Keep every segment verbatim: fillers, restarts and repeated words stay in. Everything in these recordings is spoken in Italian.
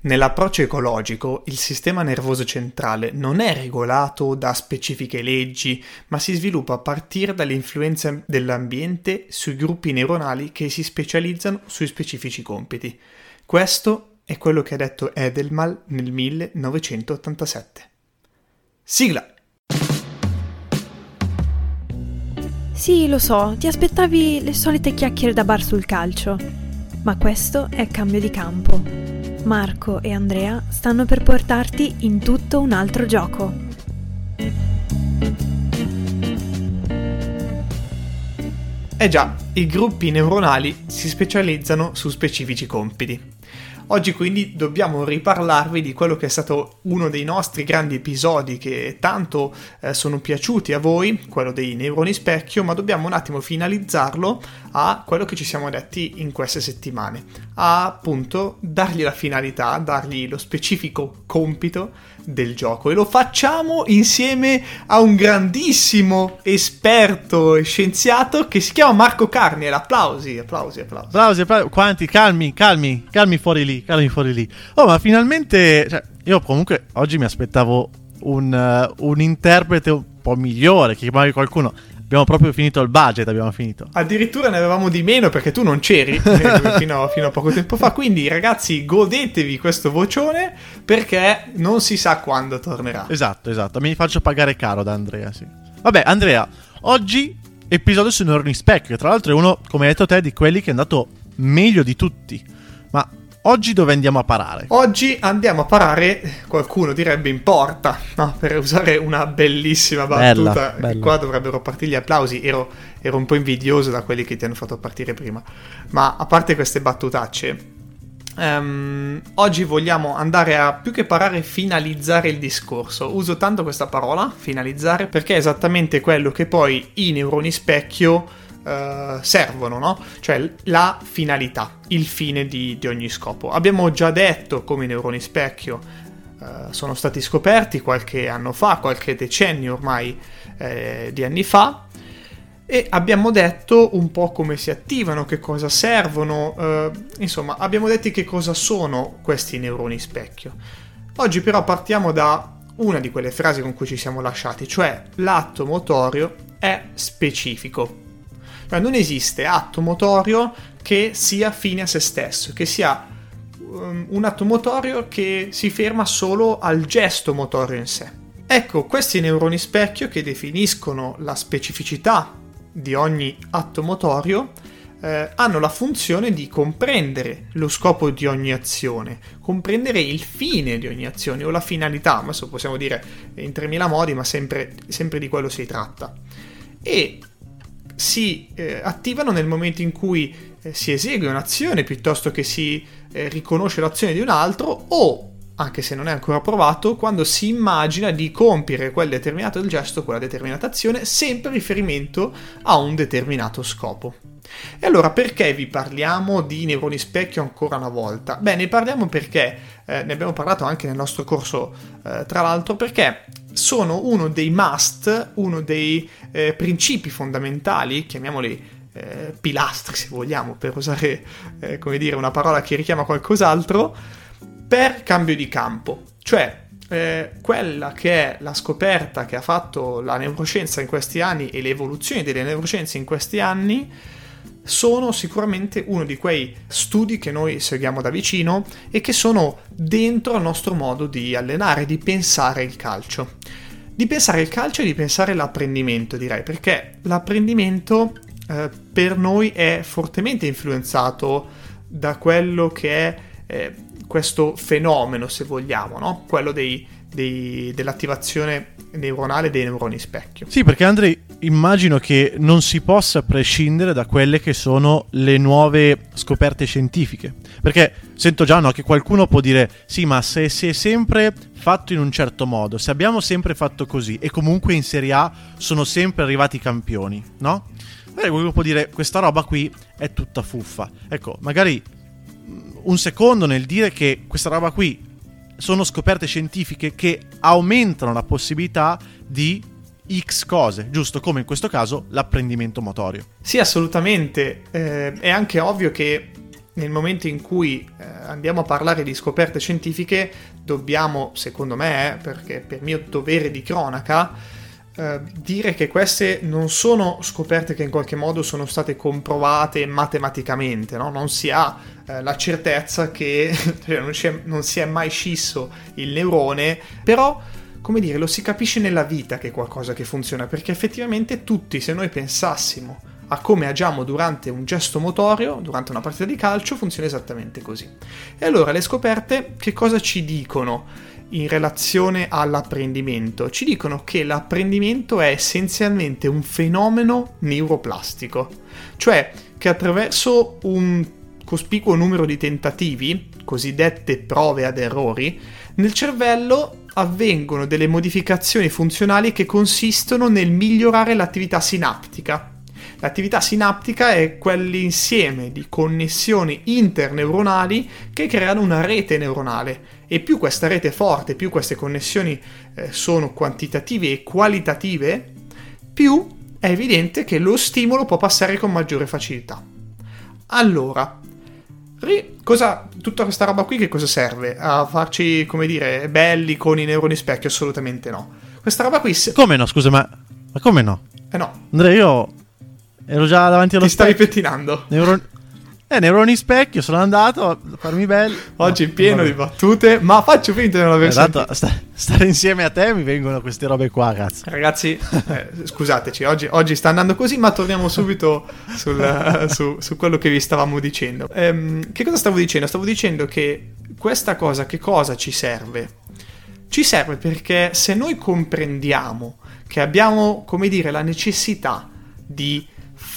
Nell'approccio ecologico, il sistema nervoso centrale non è regolato da specifiche leggi, ma si sviluppa a partire dall'influenza dell'ambiente sui gruppi neuronali che si specializzano sui specifici compiti. Questo è quello che ha detto Edelman nel millenovecentottantasette. Sigla! Sì, lo so, ti aspettavi le solite chiacchiere da bar sul calcio, ma questo è cambio di campo. Marco e Andrea stanno per portarti in tutto un altro gioco. Eh già, i gruppi neuronali si specializzano su specifici compiti. Oggi quindi dobbiamo riparlarvi di quello che è stato uno dei nostri grandi episodi che tanto eh, sono piaciuti a voi, quello dei neuroni specchio, ma dobbiamo un attimo finalizzarlo a quello che ci siamo detti in queste settimane, a appunto dargli la finalità, dargli lo specifico compito del gioco, e lo facciamo insieme a un grandissimo esperto e scienziato che si chiama Marco Carniel. Applausi, applausi, applausi. Applausi, applausi. Quanti, calmi, calmi, calmi fuori lì, calmi fuori lì. Oh, ma finalmente, cioè, io comunque oggi mi aspettavo un, uh, un interprete un po' migliore, che magari qualcuno... Abbiamo proprio finito il budget, abbiamo finito. Addirittura ne avevamo di meno perché tu non c'eri fino, fino a poco tempo fa. Quindi ragazzi, godetevi questo vocione perché non si sa quando tornerà. Esatto, esatto, mi faccio pagare caro da Andrea, sì. Vabbè, Andrea, oggi episodio sui neuroni specchio, che tra l'altro è uno, come hai detto te, di quelli che è andato meglio di tutti. Ma oggi dove andiamo a parare? Oggi andiamo a parare, qualcuno direbbe in porta, no? Per usare una bellissima battuta. Bella, bella. Qua dovrebbero partire gli applausi. Ero, ero un po' invidioso da quelli che ti hanno fatto partire prima. Ma a parte queste battutacce, um, oggi vogliamo andare a, più che parare, finalizzare il discorso. Uso tanto questa parola, finalizzare, perché è esattamente quello che poi i neuroni specchio Uh, servono, no? Cioè la finalità, il fine di, di ogni scopo. Abbiamo già detto come i neuroni specchio uh, sono stati scoperti qualche anno fa, qualche decennio ormai eh, di anni fa, e abbiamo detto un po' come si attivano, che cosa servono, uh, insomma abbiamo detto che cosa sono questi neuroni specchio. Oggi però partiamo da una di quelle frasi con cui ci siamo lasciati, cioè l'atto motorio è specifico. Cioè non esiste atto motorio che sia fine a se stesso, che sia um, un atto motorio che si ferma solo al gesto motorio in sé. Ecco, questi neuroni specchio che definiscono la specificità di ogni atto motorio eh, hanno la funzione di comprendere lo scopo di ogni azione, comprendere il fine di ogni azione o la finalità, adesso possiamo dire in tremila modi, ma sempre, sempre di quello si tratta. E si eh, attivano nel momento in cui eh, si esegue un'azione piuttosto che si eh, riconosce l'azione di un altro, o, anche se non è ancora provato, quando si immagina di compiere quel determinato gesto, quella determinata azione, sempre in riferimento a un determinato scopo. E allora perché vi parliamo di neuroni specchio ancora una volta? Beh, ne parliamo perché, eh, ne abbiamo parlato anche nel nostro corso, eh, tra l'altro, perché sono uno dei must, uno dei eh, principi fondamentali, chiamiamoli eh, pilastri se vogliamo, per usare eh, come dire una parola che richiama qualcos'altro, per cambio di campo. Cioè eh, quella che è la scoperta che ha fatto la neuroscienza in questi anni e le evoluzioni delle neuroscienze in questi anni sono sicuramente uno di quei studi che noi seguiamo da vicino e che sono dentro al nostro modo di allenare, di pensare il calcio. Di pensare il calcio e di pensare l'apprendimento, direi, perché l'apprendimento eh, per noi è fortemente influenzato da quello che è eh, questo fenomeno, se vogliamo, no? Quello dei, dei, dell'attivazione neuronale dei neuroni specchio. Sì, perché Andrei, immagino che non si possa prescindere da quelle che sono le nuove scoperte scientifiche, perché sento già, no, che qualcuno può dire sì, ma se si è sempre fatto in un certo modo, se abbiamo sempre fatto così e comunque in Serie A sono sempre arrivati campioni, no? Magari qualcuno può dire questa roba qui è tutta fuffa. Ecco, magari un secondo nel dire che questa roba qui sono scoperte scientifiche che aumentano la possibilità di X cose, giusto come in questo caso l'apprendimento motorio. Sì, assolutamente. Eh, è anche ovvio che nel momento in cui eh, andiamo a parlare di scoperte scientifiche dobbiamo, secondo me, perché per mio dovere di cronaca, Uh, dire che queste non sono scoperte che in qualche modo sono state comprovate matematicamente, no? Non si ha uh, la certezza che cioè non, non si è mai scisso il neurone, però, come dire, lo si capisce nella vita che è qualcosa che funziona, perché effettivamente tutti, se noi pensassimo a come agiamo durante un gesto motorio, durante una partita di calcio, funziona esattamente così. E allora le scoperte che cosa ci dicono in relazione all'apprendimento? Ci dicono che l'apprendimento è essenzialmente un fenomeno neuroplastico, cioè che attraverso un cospicuo numero di tentativi, cosiddette prove ad errori, nel cervello avvengono delle modificazioni funzionali che consistono nel migliorare l'attività sinaptica. L'attività sinaptica è quell'insieme di connessioni interneuronali che creano una rete neuronale, e più questa rete è forte, più queste connessioni eh, sono quantitative e qualitative, più è evidente che lo stimolo può passare con maggiore facilità. Allora, ri- cosa, tutta questa roba qui che cosa serve? A farci, come dire, belli con i neuroni specchio? Assolutamente no. Questa roba qui... Se- come no, scusa, ma, ma come no? Eh no. Andrea, io... ero già davanti allo Ti specchio. Ti stai pettinando? Neuro... Eh, neuroni specchio, sono andato a farmi bello. Oggi no, pieno di battute, ma faccio finta di non aver esatto, sentito. Sta, stare insieme a te mi vengono queste robe qua, cazzo. Ragazzi, eh, scusateci, oggi, oggi sta andando così, ma torniamo subito sul, uh, su, su quello che vi stavamo dicendo. Ehm, che cosa stavo dicendo? Stavo dicendo che questa cosa, che cosa ci serve? Ci serve perché se noi comprendiamo che abbiamo, come dire, la necessità di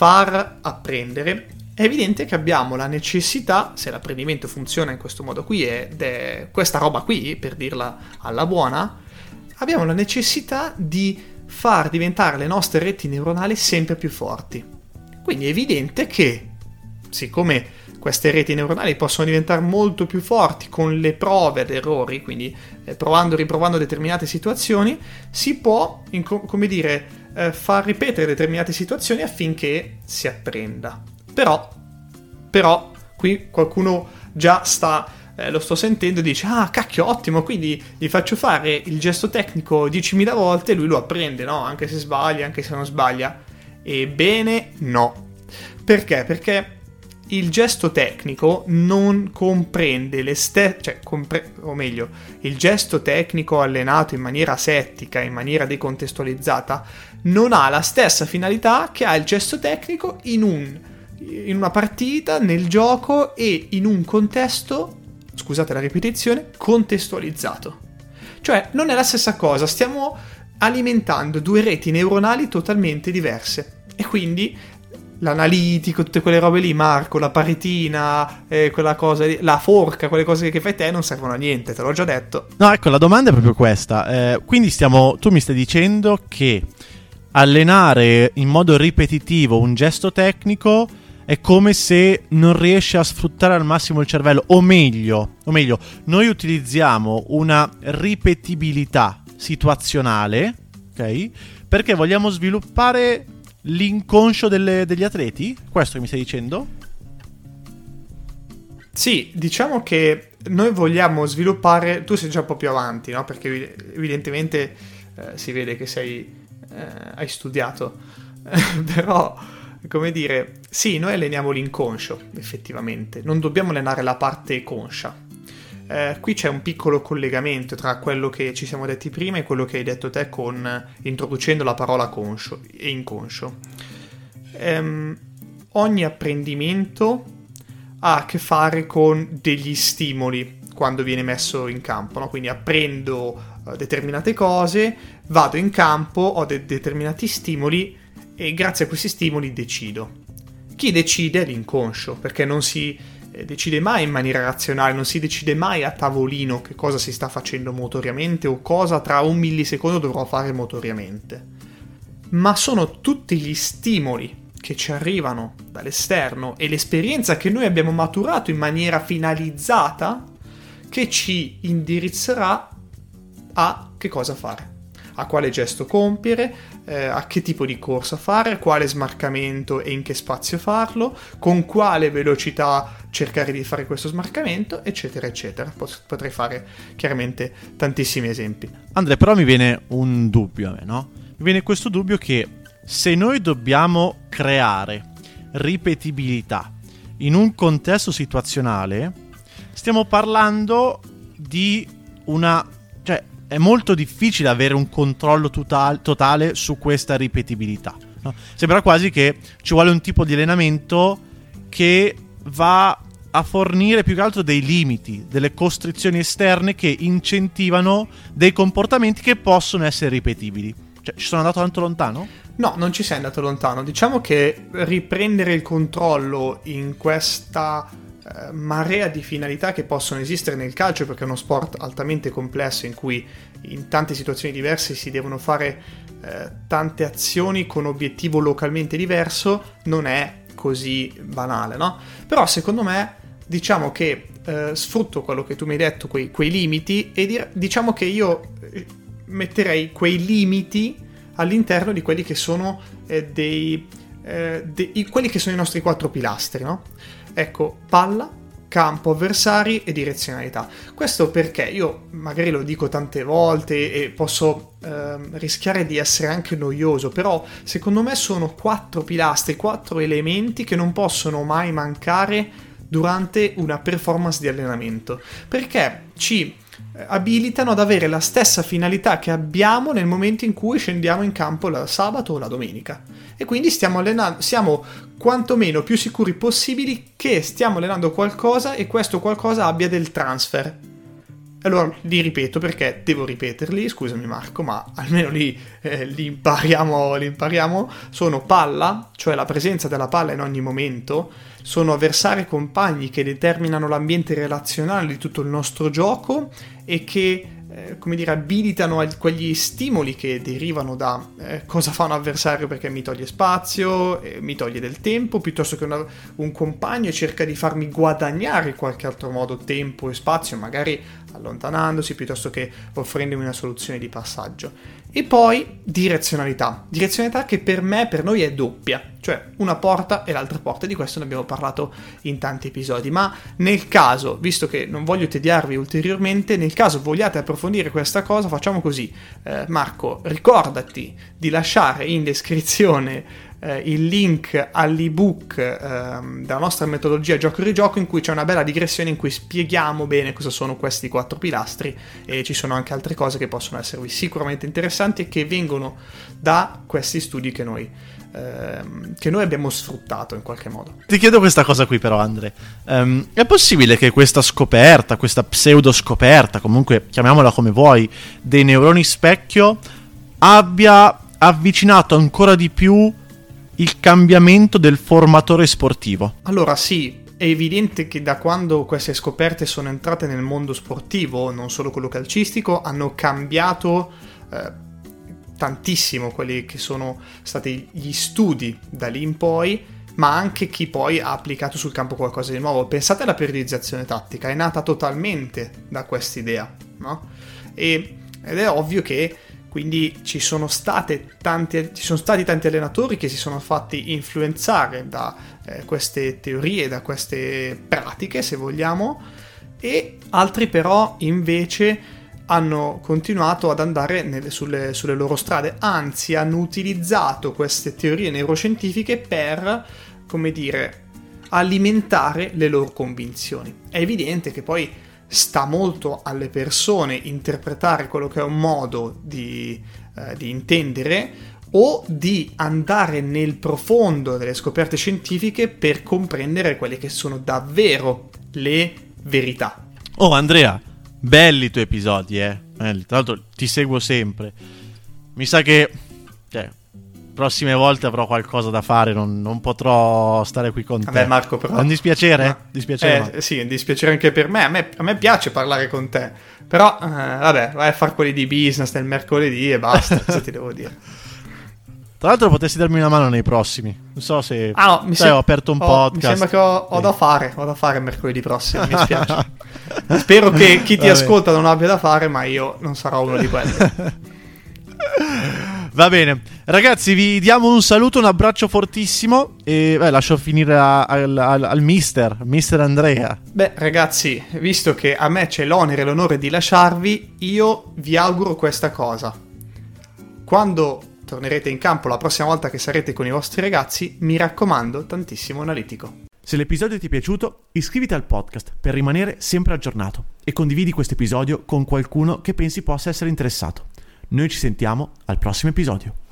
far apprendere, è evidente che abbiamo la necessità, se l'apprendimento funziona in questo modo qui, ed è questa roba qui, per dirla alla buona, abbiamo la necessità di far diventare le nostre reti neuronali sempre più forti. Quindi è evidente che, siccome queste reti neuronali possono diventare molto più forti con le prove ad errori, quindi eh, provando e riprovando determinate situazioni, si può, in, come dire, eh, far ripetere determinate situazioni affinché si apprenda. Però, però, qui qualcuno già sta, eh, lo sto sentendo e dice, ah, cacchio, ottimo, quindi gli faccio fare il gesto tecnico diecimila volte e lui lo apprende, no? Anche se sbaglia, anche se non sbaglia. Ebbene, no. Perché? Perché il gesto tecnico non comprende le stesse, cioè, compre- o meglio, il gesto tecnico allenato in maniera asettica, in maniera decontestualizzata, non ha la stessa finalità che ha il gesto tecnico in un in una partita, nel gioco e in un contesto, scusate la ripetizione, contestualizzato. Cioè, non è la stessa cosa, stiamo alimentando due reti neuronali totalmente diverse. E quindi l'analitico, tutte quelle robe lì, Marco, la paritina, eh, quella cosa lì, la forca, quelle cose che fai te non servono a niente, te l'ho già detto. No, ecco, la domanda è proprio questa. Eh, quindi stiamo, tu mi stai dicendo che allenare in modo ripetitivo un gesto tecnico è come se non riesce a sfruttare al massimo il cervello, o meglio, o meglio, noi utilizziamo una ripetibilità situazionale, ok? Perché vogliamo sviluppare l'inconscio delle, degli atleti? Questo che mi stai dicendo? Sì, diciamo che noi vogliamo sviluppare, tu sei già un po' più avanti, no? Perché evidentemente eh, si vede che sei, eh, hai studiato, però, come dire, sì, noi alleniamo l'inconscio, effettivamente, non dobbiamo allenare la parte conscia. Eh, qui c'è un piccolo collegamento tra quello che ci siamo detti prima e quello che hai detto te con introducendo la parola conscio e inconscio. Ehm, ogni apprendimento ha a che fare con degli stimoli quando viene messo in campo, no? Quindi apprendo uh, determinate cose, vado in campo, ho de- determinati stimoli e grazie a questi stimoli decido. Chi decide è l'inconscio, perché non si eh, decide mai in maniera razionale, non si decide mai a tavolino che cosa si sta facendo motoriamente o cosa tra un millisecondo dovrò fare motoriamente. Ma sono tutti gli stimoli che ci arrivano dall'esterno e l'esperienza che noi abbiamo maturato in maniera finalizzata che ci indirizzerà a che cosa fare, a quale gesto compiere, eh, a che tipo di corsa fare, quale smarcamento e in che spazio farlo, con quale velocità cercare di fare questo smarcamento, eccetera eccetera. Potrei fare chiaramente tantissimi esempi. Andrea, però mi viene un dubbio a me, no? Mi viene questo dubbio che se noi dobbiamo creare ripetibilità in un contesto situazionale, stiamo parlando di una... cioè è molto difficile avere un controllo total- totale su questa ripetibilità, no? Sembra quasi che ci vuole un tipo di allenamento che va a fornire più che altro dei limiti, delle costrizioni esterne che incentivano dei comportamenti che possono essere ripetibili. Cioè, ci sono andato tanto lontano? No, non ci sei andato lontano. Diciamo che riprendere il controllo in questa eh, marea di finalità che possono esistere nel calcio, perché è uno sport altamente complesso in cui in tante situazioni diverse si devono fare eh, tante azioni con obiettivo localmente diverso, non è così banale, no? Però secondo me, diciamo che eh, sfrutto quello che tu mi hai detto, quei, quei limiti, e di- diciamo che io metterei quei limiti all'interno di quelli che sono eh, dei, eh, dei quelli che sono i nostri quattro pilastri, no? Ecco, palla, campo, avversari e direzionalità. Questo perché io magari lo dico tante volte e posso eh, rischiare di essere anche noioso, però secondo me sono quattro pilastri, quattro elementi che non possono mai mancare durante una performance di allenamento, perché ci abilitano ad avere la stessa finalità che abbiamo nel momento in cui scendiamo in campo la sabato o la domenica, e quindi stiamo allenando, siamo quantomeno più sicuri possibili che stiamo allenando qualcosa e questo qualcosa abbia del transfer. Allora li ripeto perché devo ripeterli, scusami Marco, ma almeno lì eh, li impariamo, li impariamo. Sono palla, cioè la presenza della palla in ogni momento, sono avversari compagni che determinano l'ambiente relazionale di tutto il nostro gioco e che eh, come dire, abilitano quegli stimoli che derivano da eh, cosa fa un avversario perché mi toglie spazio, eh, mi toglie del tempo, piuttosto che una, un compagno cerca di farmi guadagnare in qualche altro modo tempo e spazio, magari allontanandosi piuttosto che offrendomi una soluzione di passaggio. E poi direzionalità, direzionalità che per me, per noi è doppia, cioè una porta e l'altra porta, di questo ne abbiamo parlato in tanti episodi, ma nel caso, visto che non voglio tediarvi ulteriormente, nel caso vogliate approfondire questa cosa, facciamo così, eh, Marco, ricordati di lasciare in descrizione eh, il link all'ebook eh, della nostra metodologia gioco e rigioco, in cui c'è una bella digressione in cui spieghiamo bene cosa sono questi quattro pilastri, e ci sono anche altre cose che possono esservi sicuramente interessanti e che vengono da questi studi che noi ehm, che noi abbiamo sfruttato in qualche modo. Ti chiedo questa cosa qui però, Andre, um, è possibile che questa scoperta, questa pseudo scoperta, comunque chiamiamola come vuoi, dei neuroni specchio abbia avvicinato ancora di più il cambiamento del formatore sportivo? Allora sì, è evidente che da quando queste scoperte sono entrate nel mondo sportivo, non solo quello calcistico, hanno cambiato eh, tantissimo quelli che sono stati gli studi da lì in poi, ma anche chi poi ha applicato sul campo qualcosa di nuovo. Pensate alla periodizzazione tattica, è nata totalmente da quest'idea, no? E, ed è ovvio che quindi ci sono state tante, ci sono stati tanti allenatori che si sono fatti influenzare da eh, queste teorie, da queste pratiche, se vogliamo, e altri però invece hanno continuato ad andare nelle, sulle, sulle loro strade, anzi hanno utilizzato queste teorie neuroscientifiche per, come dire, alimentare le loro convinzioni. È evidente che poi sta molto alle persone interpretare quello che è un modo di, eh, di intendere o di andare nel profondo delle scoperte scientifiche per comprendere quelle che sono davvero le verità. Oh Andrea, belli i tuoi episodi, eh? Belli. Tra l'altro ti seguo sempre. Mi sa che cioè, prossime volte avrò qualcosa da fare, non, non potrò stare qui con te. Vabbè Marco, però... È un dispiacere? Ma... dispiacere eh, ma... Sì, è un dispiacere anche per me. A me, a me piace parlare con te, però eh, vabbè, vai a fare quelli di business nel mercoledì e basta, cosa ti devo dire. Tra l'altro potresti darmi una mano nei prossimi. Non so se ah, no, mi sai, sem- ho aperto un ho, podcast. Mi sembra che ho, ho sì. da fare, ho da fare mercoledì prossimo, mi spiace. Spero che chi ti Vabbè. ascolta non abbia da fare, ma io non sarò uno di quelli. Va bene, ragazzi, vi diamo un saluto, un abbraccio fortissimo e beh, lascio finire a, al, al, al mister, mister Andrea. Beh, ragazzi, visto che a me c'è l'onere e l'onore di lasciarvi, io vi auguro questa cosa. Quando tornerete in campo la prossima volta che sarete con i vostri ragazzi, mi raccomando, tantissimo analitico. Se l'episodio ti è piaciuto, iscriviti al podcast per rimanere sempre aggiornato e condividi questo episodio con qualcuno che pensi possa essere interessato. Noi ci sentiamo al prossimo episodio.